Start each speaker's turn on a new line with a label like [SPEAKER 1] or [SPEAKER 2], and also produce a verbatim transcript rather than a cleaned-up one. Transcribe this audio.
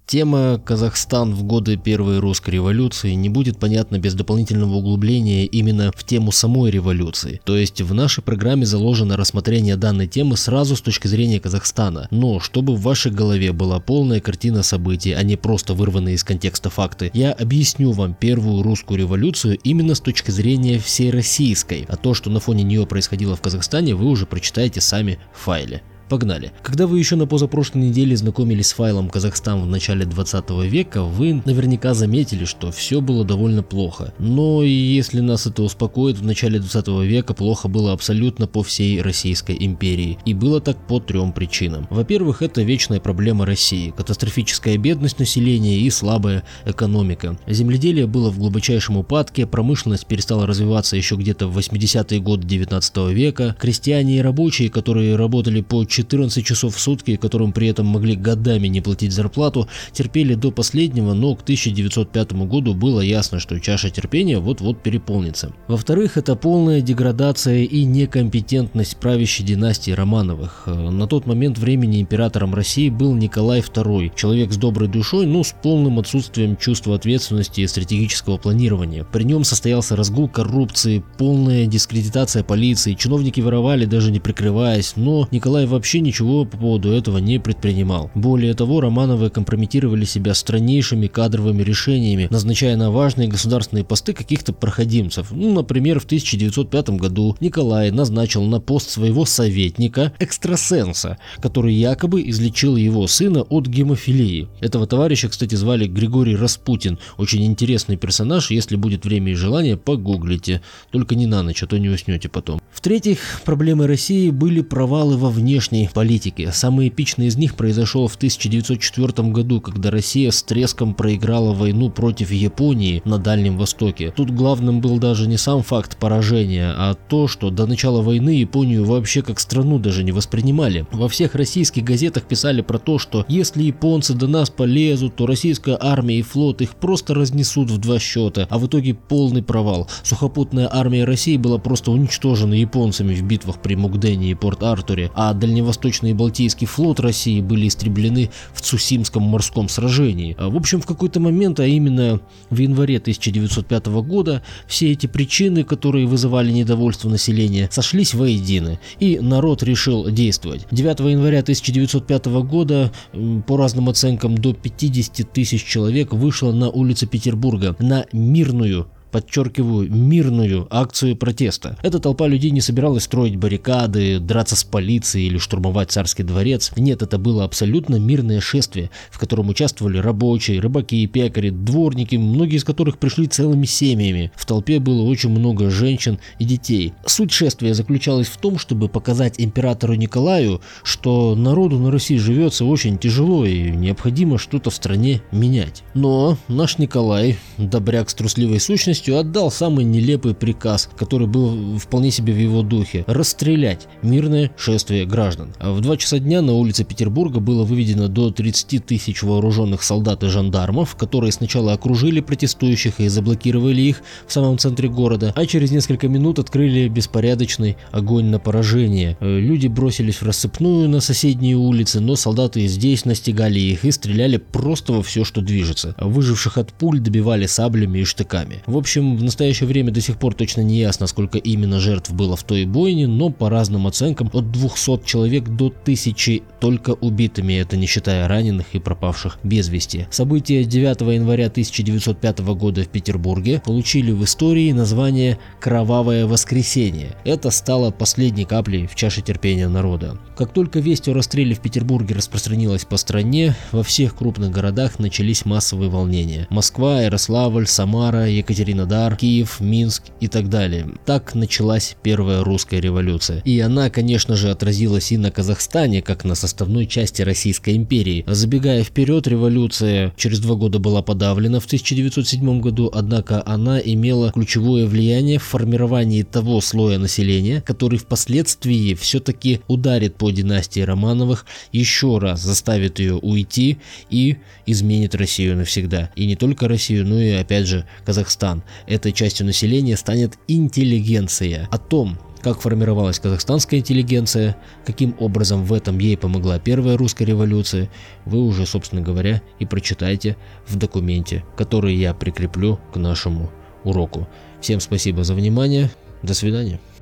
[SPEAKER 1] Тема «Казахстан в годы Первой русской революции» не будет понятна без дополнительного углубления именно в тему самой революции. То есть в нашей программе заложено рассмотрение данной темы сразу с точки зрения Казахстана. Но чтобы в вашей голове была полная картина событий, а не просто вырванные из контекста факты, я объясню вам Первую русскую революцию именно с точки зрения всей российской. А то, что на фоне нее происходило в Казахстане, вы уже прочитаете сами в файле. Погнали. Когда вы еще на позапрошлой неделе знакомились с файлом «Казахстан в начале двадцатого века», вы наверняка заметили, что все было довольно плохо. Но если нас это успокоит, в начале двадцатого века плохо было абсолютно по всей Российской империи. И было так по трем причинам. Во-первых, это вечная проблема России, катастрофическая бедность населения и слабая экономика. Земледелие было в глубочайшем упадке, промышленность перестала развиваться еще где-то в восьмидесятые годы девятнадцатого века, крестьяне и рабочие, которые работали по четырнадцать часов в сутки, которым при этом могли годами не платить зарплату, терпели до последнего, но к тысяча девятьсот пятому году было ясно, что чаша терпения вот-вот переполнится. Во-вторых, это полная деградация и некомпетентность правящей династии Романовых. На тот момент времени императором России был Николай второй, человек с доброй душой, но с полным отсутствием чувства ответственности и стратегического планирования. При нем состоялся разгул коррупции, полная дискредитация полиции, чиновники воровали, даже не прикрываясь, но Николай вообще вообще ничего по поводу этого не предпринимал. Более того, Романовы компрометировали себя страннейшими кадровыми решениями, назначая на важные государственные посты каких-то проходимцев. Ну, например, в тысяча девятьсот пятом году Николай назначил на пост своего советника экстрасенса, который якобы излечил его сына от гемофилии. Этого товарища, кстати, звали Григорий Распутин. Очень интересный персонаж, если будет время и желание, погуглите. Только не на ночь, а то не уснете потом. В-третьих, проблемой России были провалы во внешней политики. Самый эпичный из них произошел в тысяча девятьсот четвёртом году, когда Россия с треском проиграла войну против Японии на Дальнем Востоке. Тут главным был даже не сам факт поражения, а то, что до начала войны Японию вообще как страну даже не воспринимали. Во всех российских газетах писали про то, что если японцы до нас полезут, то российская армия и флот их просто разнесут в два счета, а в итоге полный провал. Сухопутная армия России была просто уничтожена японцами в битвах при Мукдене и Порт-Артуре, а дальневосточный Восточный и Балтийский флот России были истреблены в Цусимском морском сражении. В общем, в какой-то момент, а именно в январе тысяча девятьсот пятого года, все эти причины, которые вызывали недовольство населения, сошлись воедино, и народ решил действовать. девятого января тысяча девятьсот пятого года, по разным оценкам, до пятидесяти тысяч человек вышло на улицы Петербурга на мирную, подчеркиваю, мирную акцию протеста. Эта толпа людей не собиралась строить баррикады, драться с полицией или штурмовать царский дворец. Нет, это было абсолютно мирное шествие, в котором участвовали рабочие, рыбаки, пекари, дворники, многие из которых пришли целыми семьями. В толпе было очень много женщин и детей. Суть шествия заключалась в том, чтобы показать императору Николаю, что народу на Руси живется очень тяжело и необходимо что-то в стране менять. Но наш Николай, добряк с трусливой сущностью, отдал самый нелепый приказ, который был вполне себе в его духе: расстрелять мирное шествие граждан. В два часа дня на улице Петербурга было выведено до тридцати тысяч вооруженных солдат и жандармов, которые сначала окружили протестующих и заблокировали их в самом центре города, а через несколько минут открыли беспорядочный огонь на поражение. Люди бросились в рассыпную на соседние улицы, но солдаты здесь настигали их и стреляли просто во все, что движется. Выживших от пуль добивали саблями и штыками. В общем, в настоящее время до сих пор точно не ясно, сколько именно жертв было в той бойне, но по разным оценкам от двухсот человек до тысячи только убитыми, это не считая раненых и пропавших без вести. События девятого января тысяча девятьсот пятого года в Петербурге получили в истории название «Кровавое воскресенье». Это стало последней каплей в чаше терпения народа. Как только весть о расстреле в Петербурге распространилась по стране, во всех крупных городах начались массовые волнения. Москва, Ярославль, Самара, Екатеринодар, Киев, Минск и так далее. Так началась Первая русская революция. И она, конечно же, отразилась и на Казахстане, как на составной части Российской империи. Забегая вперед, революция через два года была подавлена в тысяча девятьсот седьмом году, однако она имела ключевое влияние в формировании того слоя населения, который впоследствии все-таки ударит по династии Романовых, еще раз заставит ее уйти и изменит Россию навсегда. И не только Россию, но и опять же Казахстан. Этой частью населения станет интеллигенция. О том, как формировалась казахстанская интеллигенция, каким образом в этом ей помогла первая русская революция, вы уже, собственно говоря, и прочитайте в документе, который я прикреплю к нашему уроку. Всем спасибо за внимание, до свидания.